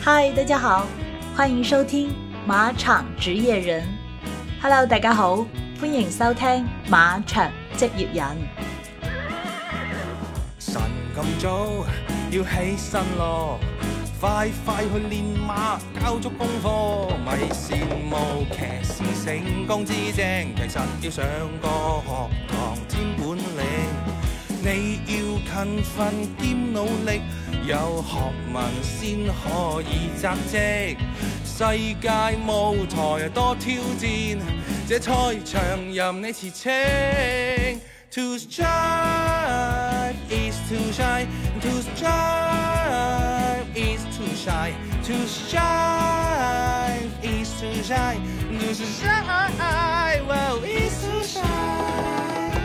嗨，大家好，歡迎收聽馬場職業人。Hello， 大家好，歡迎收聽馬場職業人。 晨咁早要起身咯，快快去練馬，交足功課，咪羨慕騎士成功之精，其實要上個學堂添本領。你要勤奮兼努力，有學問先可以扎職。世界舞台多挑戰，這賽場任你馳騁。To strive is to shine, to strive is to shine, to strive is to shine, to shine, well is to shine。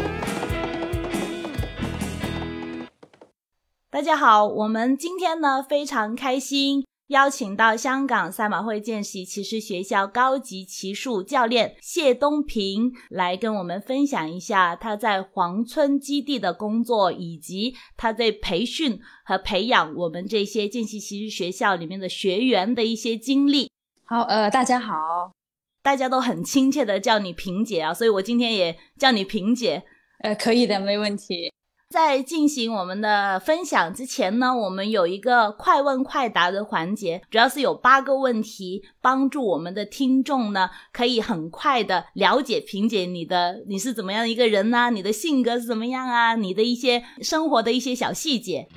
大家好，我们今天呢非常开心邀请到香港赛马会见习骑师学校高级骑术教练谢东平来跟我们分享一下他在黄村基地的工作，以及他对培训和培养我们这些见习骑师学校里面的学员的一些经历。 好，大家好。 大家都很亲切的叫你平姐啊，所以我今天也叫你平姐。 可以的，没问题。 在进行我们的分享之前呢，我们有一个快问快答的环节，主要是有8个问题，帮助我们的听众呢可以很快的了解平姐你是怎么样的一个人啊，你的性格是怎么样啊，你的一些生活的一些小细节。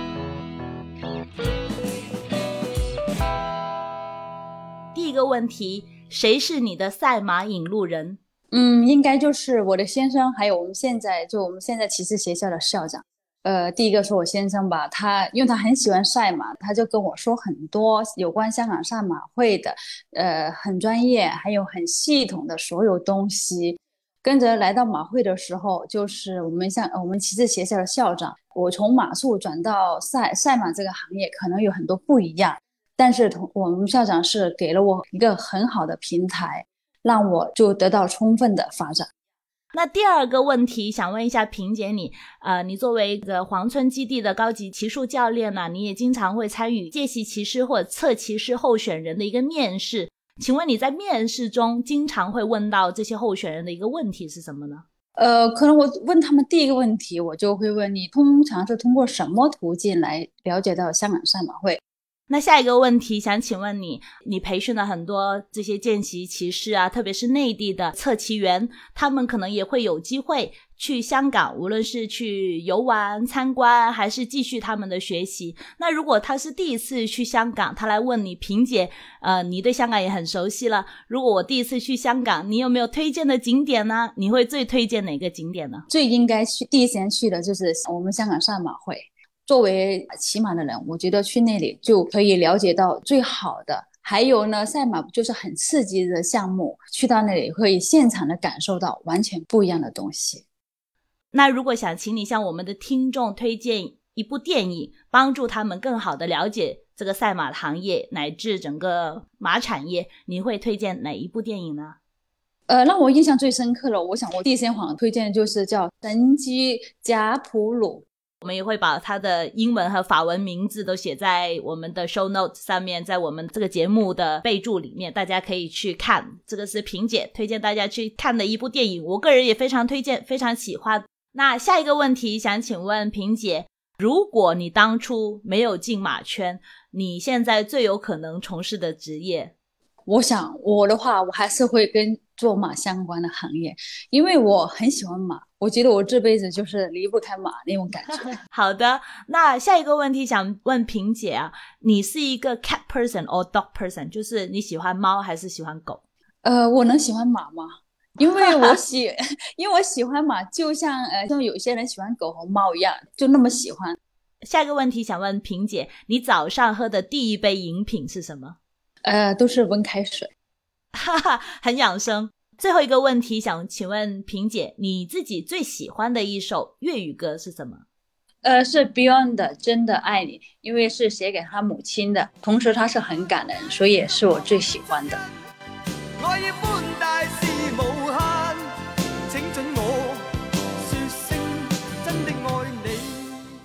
第一个问题，谁是你的赛马引路人？ 应该就是我的先生，还有我们现在骑士学校的校长。第一个是我先生吧，因为他很喜欢赛马，他就跟我说很多有关香港赛马会的，很专业，还有很系统的所有东西。跟着来到马会的时候，就是我们骑士学校的校长，我从马术转到赛马这个行业，可能有很多不一样，但是我们校长是给了我一个很好的平台，让我就得到充分的发展。 那第二个问题想问一下平姐你作为一个黄村基地的高级骑术教练呢，你也经常会参与见习骑师或者侧骑师候选人的一个面试，请问你在面试中经常会问到这些候选人的一个问题是什么呢？ 可能我问他们第一个问题，我就会问你通常是通过什么途径来了解到香港赛马会。 那下一个问题想请问你培训了很多这些见习骑师啊，特别是内地的侧骑员，他们可能也会有机会去香港，无论是去游玩参观还是继续他们的学习。那如果他是第一次去香港，他来问你平姐你对香港也很熟悉了，如果我第一次去香港，你有没有推荐的景点呢？你会最推荐哪个景点呢？ 最应该第一时间去的就是我们香港赛马会。作为骑马的人，我觉得去那里就可以了解到最好的。还有呢，赛马就是很刺激的项目，去到那里可以现场的感受到完全不一样的东西。 那如果想请你向我们的听众推荐一部电影，帮助他们更好的了解这个赛马行业乃至整个马产业，你会推荐哪一部电影呢？ 让我印象最深刻的，我想我第一时间推荐的就是叫《神机贾普鲁》。 我们也会把它的英文和法文名字都写在我们的 show notes 上面，在我们这个节目的备注里面，大家可以去看。这个是平姐推荐大家去看的一部电影，我个人也非常推荐，非常喜欢。那下一个问题想请问平姐，如果你当初没有进马圈，你现在最有可能从事的职业？ 我想我的话，我还是会跟做马相关的行业，因为我很喜欢马，我觉得我这辈子就是离不开马那种感觉。 好的，那下一个问题想问平姐啊，你是一个 cat person or dog person， 就是你喜欢猫还是喜欢狗？ 我能喜欢马吗？因为我喜欢马，就像有些人喜欢狗和猫一样，就那么喜欢。 下一个问题想问平姐，你早上喝的第一杯饮品是什么？ 都是温开水。 哈哈，很养生。最后一个问题想请问平姐，你自己最喜欢的一首粤语歌是什么？ 是 Beyond 的真的爱你，因为是写给他母亲的，同时他是很感人，所以也是我最喜欢的。 我要歡大是無限，請准我說聲真的愛你。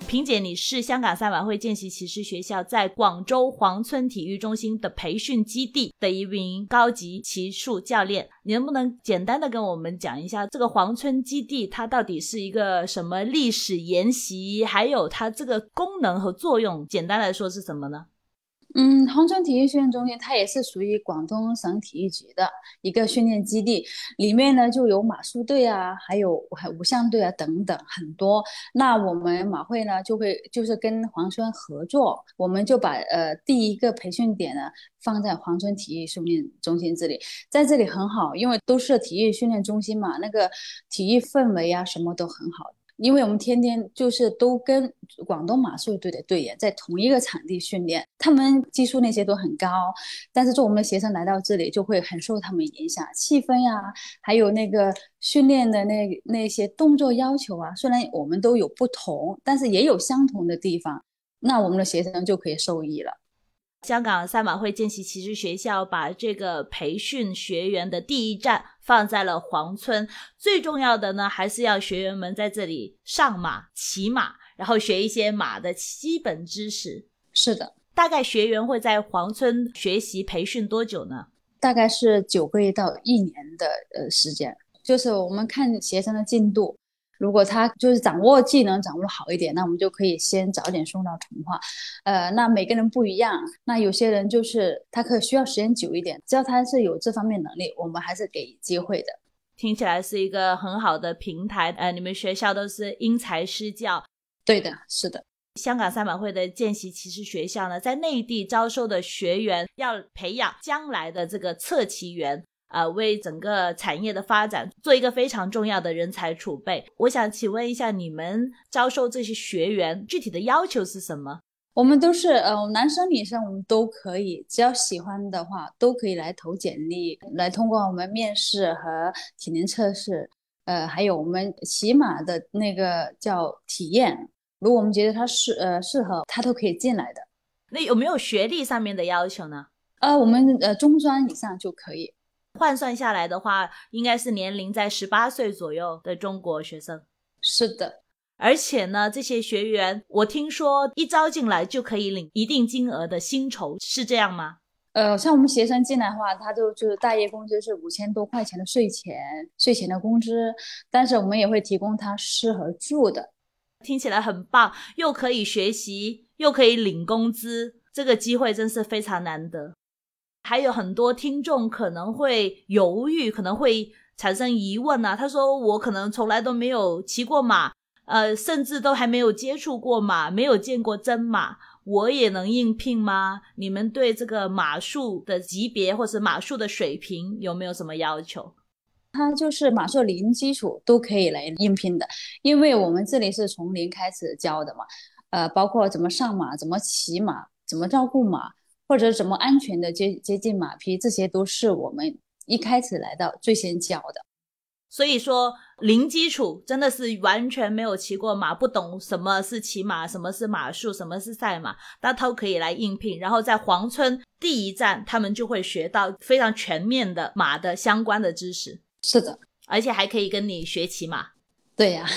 萍姐，你是香港赛马会见习骑师学校在广州黄村体育中心的培训基地的一名高级骑术教练，你能不能简单的跟我们讲一下这个黄村基地它到底是一个什么历史沿袭，还有它这个功能和作用，简单来说是什么呢？ 黄村体育训练中心它也是属于广东省体育局的一个训练基地，里面呢就有马术队啊，还有五项队啊等等很多。那我们马会呢就是跟黄村合作，我们就把第一个培训点呢放在黄村体育训练中心这里，在这里很好，因为都是体育训练中心嘛，那个体育氛围啊什么都很好。因为我们天天就是都跟广东马术队的队员在同一个场地训练，他们技术那些都很高，但是做我们的学生来到这里就会很受他们影响，气氛呀，还有那个训练的那些动作要求啊，虽然我们都有不同，但是也有相同的地方，那我们的学生就可以受益了。 香港赛马会见习骑师学校把这个培训学员的第一站放在了黄村，最重要的呢还是要学员们在这里上马骑马，然后学一些马的基本知识。 是的。 大概学员会在黄村学习培训多久呢？ 大概是9个月到1年的时间，就是我们看学生的进度，如果他就是掌握技能掌握的好一点，那我们就可以先早点送到童话。那每个人不一样，那有些人就是他可以需要时间久一点，只要他是有这方面能力，我们还是给机会的。 听起来是一个很好的平台。你们学校都是因材施教。 对的，是的。 香港赛马会的见习骑师学校呢，在内地招收的学员要培养将来的这个策骑员，为整个产业的发展做一个非常重要的人才储备。我想请问一下，你们招收这些学员具体的要求是什么？ 我们都是男生女生我们都可以，只要喜欢的话都可以来投简历，来通过我们面试和体能测试，还有我们骑马的那个叫体验，如果我们觉得他适合，他都可以进来的。 那有没有学历上面的要求呢？ 我们中专以上就可以。 换算下来的话，应该是年龄在18岁左右的中国学生。 是的。 而且呢，这些学员我听说一招进来就可以领一定金额的薪酬，是这样吗？ 像我们学生进来的话，他就是大业工资是5000多块钱的税前的工资，但是我们也会提供他适合住的。 听起来很棒，又可以学习又可以领工资，这个机会真是非常难得。还有很多听众可能会犹豫，可能会产生疑问啊，他说我可能从来都没有骑过马，甚至都还没有接触过马，没有见过真马，我也能应聘吗？你们对这个马术的级别或是马术的水平有没有什么要求？ 他就是马术零基础都可以来应聘的，因为我们这里是从零开始教的嘛，包括怎么上马，怎么骑马，怎么照顾马，或者怎么安全的接近马匹，这些都是我们一开始来到最先教的。 所以说零基础真的是完全没有骑过马，不懂什么是骑马，什么是马术，什么是赛马，那都可以来应聘。然后在黄村第一站他们就会学到非常全面的马的相关的知识。 是的。 而且还可以跟你学骑马。 对呀。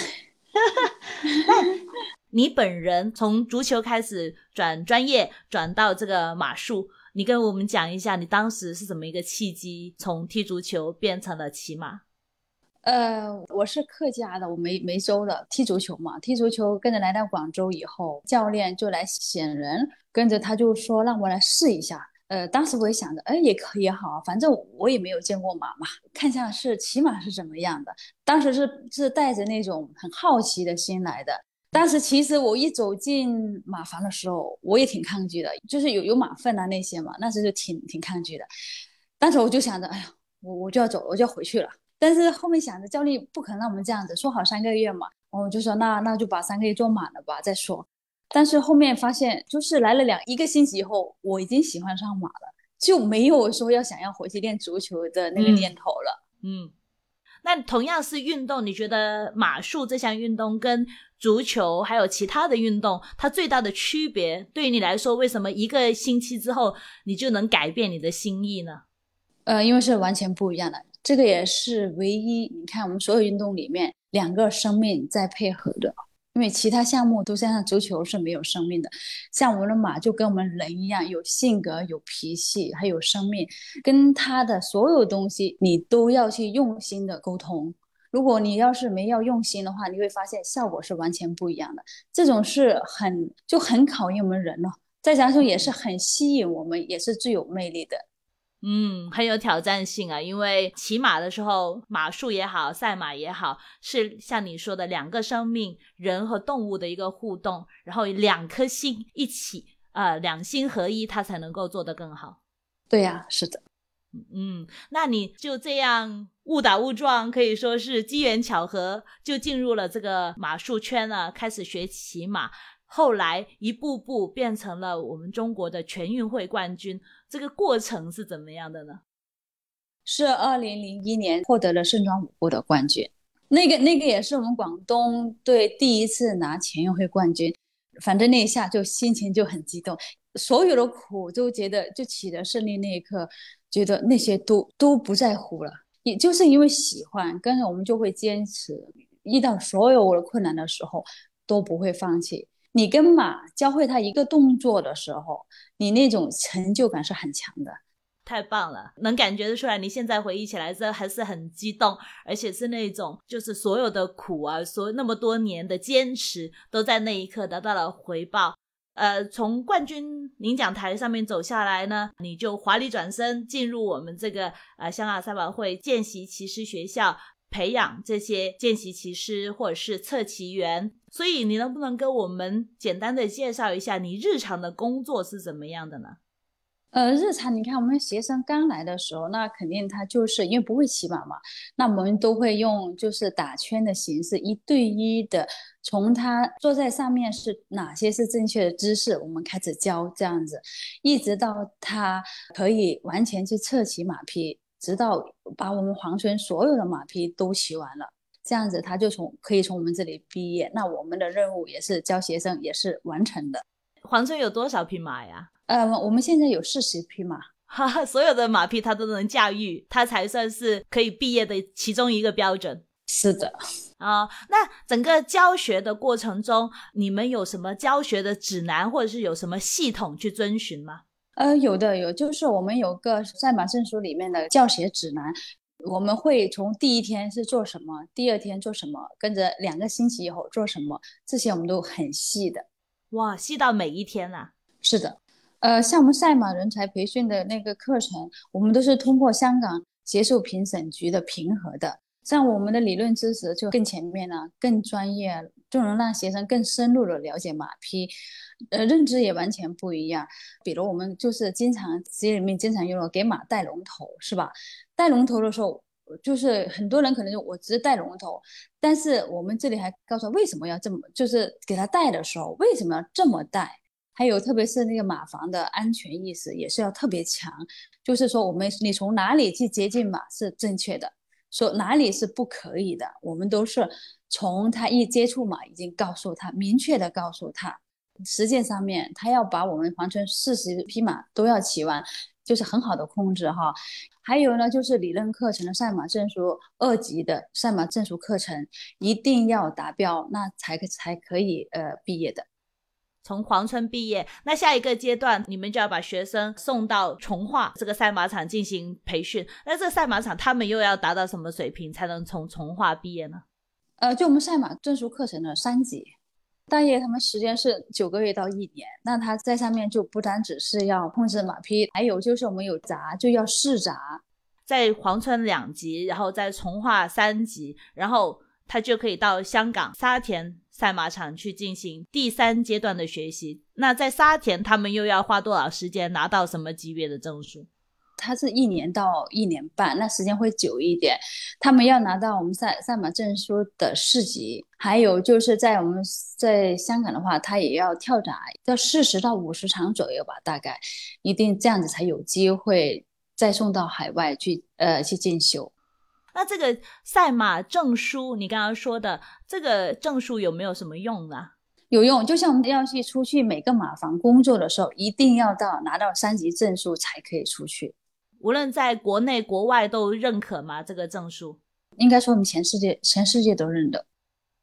你本人从足球开始转专业，转到这个马术，你跟我们讲一下你当时是怎么一个契机从踢足球变成了骑马？ 我是客家的，我梅州的，踢足球嘛，踢足球跟着来到广州以后，教练就来选人，跟着他就说让我来试一下。当时我也想着，也可以好，反正我也没有见过马嘛，看下是骑马是怎么样的。当时是带着那种很好奇的心来的。当时其实我一走进马房的时候，我也挺抗拒的，就是有马粪啊那些嘛，那时就挺抗拒的。当时我就想着，哎呀，我就要走，我就要回去了。但是后面想着教练不可能让我们这样子，说好3个月嘛，我就说那就把3个月做满了吧再说。但是后面发现就是来了1个星期以后，我已经喜欢上马了，就没有说想要回去练足球的那个念头了。 那同样是运动，你觉得马术这项运动跟足球还有其他的运动它最大的区别，对于你来说为什么1个星期之后你就能改变你的心意呢？ 因为是完全不一样的，这个也是唯一你看我们所有运动里面2个生命在配合的。因因为其他项目都像足球是没有生命的，像我们的马就跟我们人一样，有性格、有脾气，还有生命，跟它的所有东西你都要去用心的沟通。如果你要是没要用心的话，你会发现效果是完全不一样的。这种是很考验我们人了，再加上也是很吸引我们，也是最有魅力的。 很有挑战性啊，因为骑马的时候，马术也好，赛马也好，是像你说的两个生命，人和动物的一个互动，然后两颗心一起两心合一，它才能够做得更好。 对呀，是的。 那你就这样误打误撞，可以说是机缘巧合，就进入了这个马术圈了，开始学骑马，后来一步步变成了我们中国的全运会冠军，这个过程是怎么样的呢？ 是2001年获得了盛装舞步的冠军，那个也是我们广东队第一次拿全运会冠军，反正那一下就心情就很激动，所有的苦都觉得就取得胜利那一刻，觉得那些都不在乎了，也就是因为喜欢，跟着我们就会坚持，遇到所有的困难的时候都不会放弃。你跟马教会他一个动作的时候，你那种成就感是很强的。 太棒了，能感觉得出来你现在回忆起来这还是很激动，而且是那种就是所有的苦啊，那么多年的坚持都在那一刻得到了回报。从冠军领奖台上面走下来呢，你就华丽转身进入我们这个香港赛马会见习骑师学校，培养这些见习骑师或者是策骑员。所以你能不能跟我们简单的介绍一下你日常的工作是怎么样的呢？ 日常你看我们学生刚来的时候，那肯定他就是因为不会骑马嘛，那我们都会用就是打圈的形式，一对一的从他坐在上面是哪些是正确的姿势，我们开始教这样子，一直到他可以完全去侧骑马匹，直到把我们黄村所有的马匹都骑完了，这样子他就可以从我们这里毕业。那我们的任务也是教学生也是完成的。 黄村有多少匹马呀？ 我们现在有40匹马， 所有的马匹他都能驾驭，他才算是可以毕业的其中一个标准。 是的。 那整个教学的过程中，你们有什么教学的指南，或者是有什么系统去遵循吗？ 有，就是我们有个赛马证书里面的教学指南，我们会从第一天是做什么，第二天做什么，跟着2个星期以后做什么，这些我们都很细的。 哇，细到每一天啊。 是的。像我们赛马人才培训的那个课程，我们都是通过香港协术评审局的评核的，像我们的理论知识就更前面了，更专业，就能让学生更深入的了解马匹，认知也完全不一样。比如我们就是职业里面经常用给马戴龙头，是吧？戴龙头的时候，就是很多人可能就我只是戴龙头，但是我们这里还告诉他为什么要这么，就是给他戴的时候为什么要这么戴。还有特别是那个马房的安全意识也是要特别强，就是说你从哪里去接近马是正确的，说哪里是不可以的，我们都是从他一接触马已经告诉他，明确的告诉他。实践上面他要把我们黄村40匹马都要骑完，就是很好的控制哈。还有呢，就是理论课程的赛马证书2级的赛马证书课程一定要达标，那才可以毕业的。 从黄村毕业，那下一个阶段你们就要把学生送到从化这个赛马场进行培训，那这个赛马场他们又要达到什么水平才能从从化毕业呢？ 就我们赛马证书课程的3级，大约他们时间是9个月到1年，那他在上面就不单只是要控制马匹，还有就是我们有闸就要试闸， 在黄村2级，然后在从化3级，然后他就可以到香港沙田赛马场去进行第3阶段的学习。那在沙田他们又要花多少时间拿到什么级别的证书？ 它是1年到1年半，那时间会久一点。他们要拿到我们赛马证书的4级，还有就是在香港的话，他也要跳闸，要40到50场左右吧，大概一定这样子才有机会再送到海外去进修。 那这个赛马证书你刚刚说的这个证书有没有什么用呢？ 有用，就像我们要出去每个马房工作的时候，一定要拿到3级证书才可以出去。 无论在国内国外都认可吗？这个证书？ 应该说我们全世界都认的。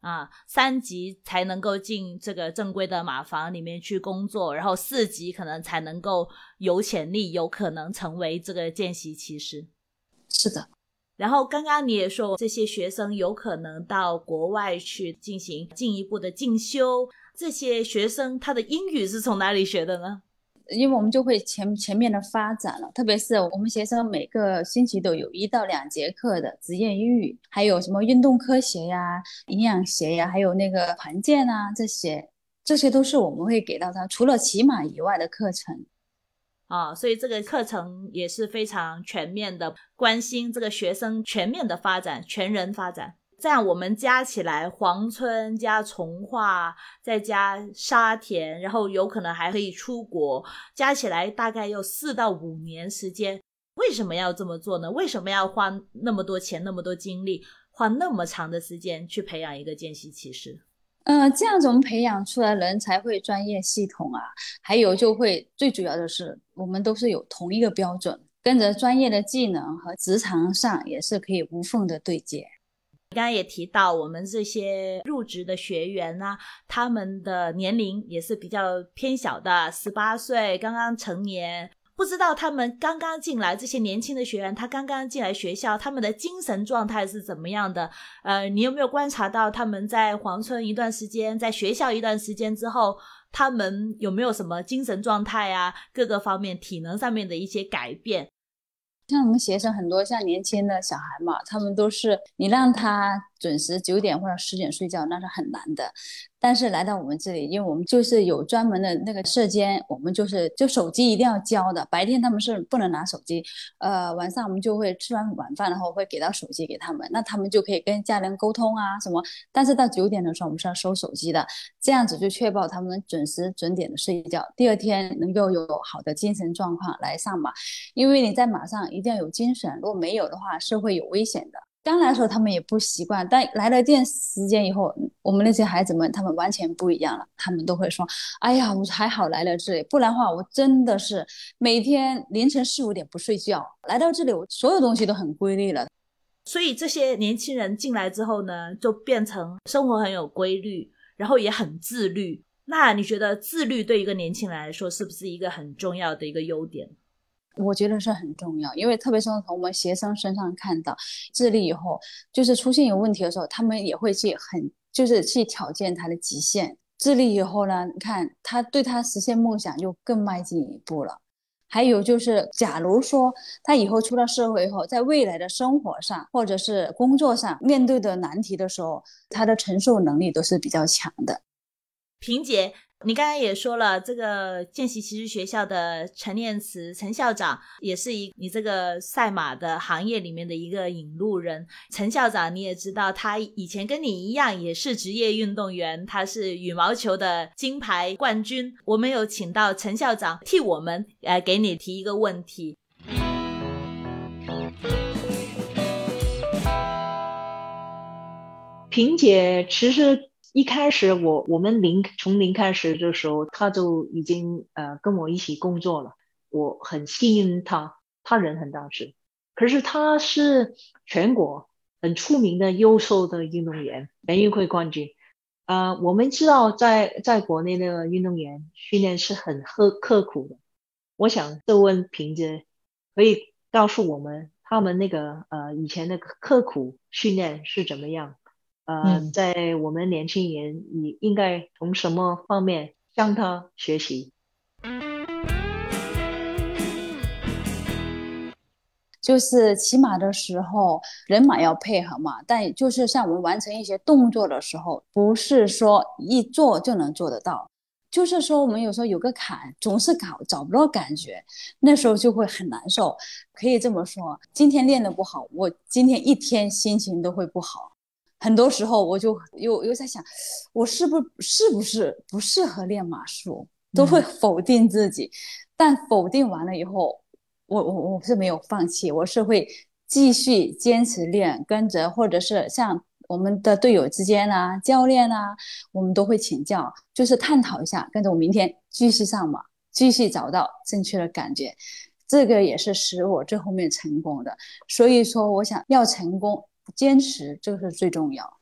3级才能够进这个正规的马房里面去工作，然后4级可能才能够有潜力有可能成为这个见习骑师。 是的。 然后刚刚你也说这些学生有可能到国外去进行进一步的进修，这些学生他的英语是从哪里学的呢？ 因为我们就会前面的发展了，特别是我们学生每个星期都有1到2节课的职业英语，还有什么运动科学呀、营养学呀，还有那个团建啊，这些都是我们会给到他除了骑马以外的课程。 所以这个课程也是非常全面的，关心这个学生全面的发展，全人发展。这样我们加起来，黄村加从化再加沙田，然后有可能还可以出国，加起来大概有4到5年时间。为什么要这么做呢？为什么要花那么多钱那么多精力，花那么长的时间去培养一个见习骑士？ 这样子我们培养出来人才会专业系统啊，还有就会最主要的是我们都是有同一个标准，跟着专业的技能和职场上也是可以无缝的对接。 刚刚也提到我们这些入职的学员啊，他们的年龄也是比较偏小的，18岁刚刚成年。不知道他们刚刚进来，这些年轻的学员他刚刚进来学校，他们的精神状态是怎么样的？你有没有观察到他们在黄村一段时间，在学校一段时间之后，他们有没有什么精神状态啊，各个方面体能上面的一些改变？ 像我们学生很多像年轻的小孩嘛，他们都是你让他准时9点或者10点睡觉那是很难的，但是来到我们这里，因为我们就是有专门的那个舍监，我们就手机一定要交的，白天他们是不能拿手机，晚上我们就会吃完晚饭然后会给到手机给他们，那他们就可以跟家人沟通啊什么，但是到9点的时候我们是要收手机的，这样子就确保他们准时准点的睡觉，第二天能够有好的精神状况来上马，因为你在马上一定要有精神，如果没有的话是会有危险的。刚来的时候他们也不习惯，但来了一段时间以后，我们那些孩子们他们完全不一样了，他们都会说，哎呀我还好来了这里，不然的话我真的是每天凌晨4、5点不睡觉，来到这里我所有东西都很规律了。 所以这些年轻人进来之后呢，就变成生活很有规律，然后也很自律。那你觉得自律对一个年轻人来说是不是一个很重要的一个优点？ 我觉得是很重要，因为特别是从我们学生身上看到，自律以后就是出现有问题的时候，他们也会就是去挑战他的极限。自律以后呢，你看他对他实现梦想就更迈进一步了。还有就是假如说他以后出了社会以后，在未来的生活上或者是工作上面对的难题的时候，他的承受能力都是比较强的。 萍姐，你刚才也说了，这个见习骑士学校的陈念慈陈校长也是你这个赛马的行业里面的一个引路人。陈校长你也知道，他以前跟你一样也是职业运动员，他是羽毛球的金牌冠军。我们有请到陈校长替我们给你提一个问题。 萍姐其实一开始我们从零开始的时候，他就已经跟我一起工作了。我很信任他人很大志。可是他是全国很出名的优秀的运动员，全运会冠军。我们知道在国内的运动员训练是很刻苦的。我想就问萍姐，可以告诉我们他们那个以前的刻苦训练是怎么样？在我们年轻人你应该从什么方面向他学习？ 就是骑马的时候人马要配合嘛，但就是像我们完成一些动作的时候，不是说一做就能做得到，就是说我们有时候有个坎总是找不到感觉，那时候就会很难受。可以这么说，今天练得不好，我今天一天心情都会不好。很多时候我就又在想，我是不是不适合练马术，都会否定自己。但否定完了以后，我是没有放弃，我是会继续坚持练，跟着或者是像我们的队友之间啊、教练啊，我们都会请教，就是探讨一下，跟着我明天继续上马，继续找到正确的感觉。这个也是使我最后面成功的。所以说我想要成功，坚持这个是最重要。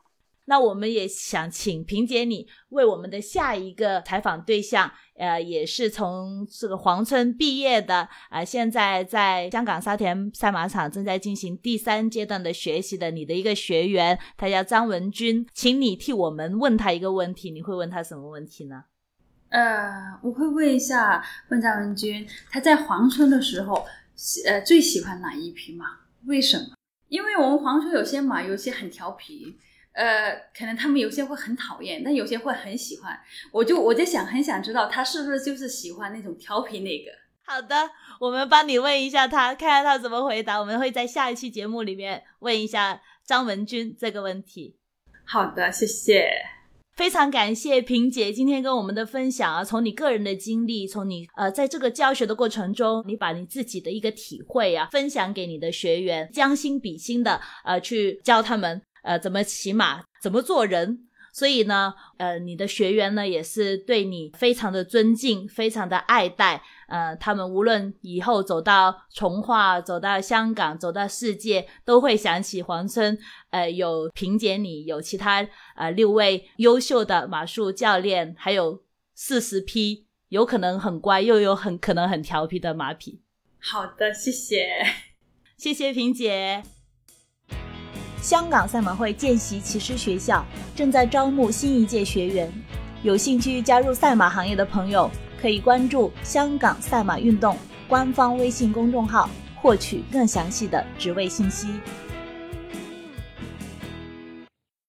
那我们也想请萍姐你为我们的下一个采访对象也是从这个黄村毕业的现在在香港沙田赛马场正在进行第3阶段的学习的你的一个学员，他叫张文君，请你替我们问他一个问题，你会问他什么问题呢？ 我会问张文君，他在黄村的时候最喜欢哪一匹马？为什么？因为我们黄村有些马有些很调皮，可能他们有些会很讨厌，但有些会很喜欢。我在想，很想知道他是不是就是喜欢那种调皮那个。 好的，我们帮你问一下他，看看他怎么回答。我们会在下一期节目里面问一下张文君这个问题。 好的，谢谢。 非常感谢萍姐今天跟我们的分享从你个人的经历，从你在这个教学的过程中，你把你自己的一个体会分享给你的学员，将心比心的去教他们怎么骑马，怎么做人。所以呢你的学员呢也是对你非常的尊敬，非常的爱戴，他们无论以后走到从化，走到香港，走到世界，都会想起黄村有萍姐你，有其他6位优秀的马术教练，还有40匹有可能很乖又有可能很调皮的马匹。 好的，谢谢。 谢谢萍姐。香港赛马会见习骑师学校正在招募新一届学员，有兴趣加入赛马行业的朋友可以关注香港赛马运动官方微信公众号，获取更详细的职位信息。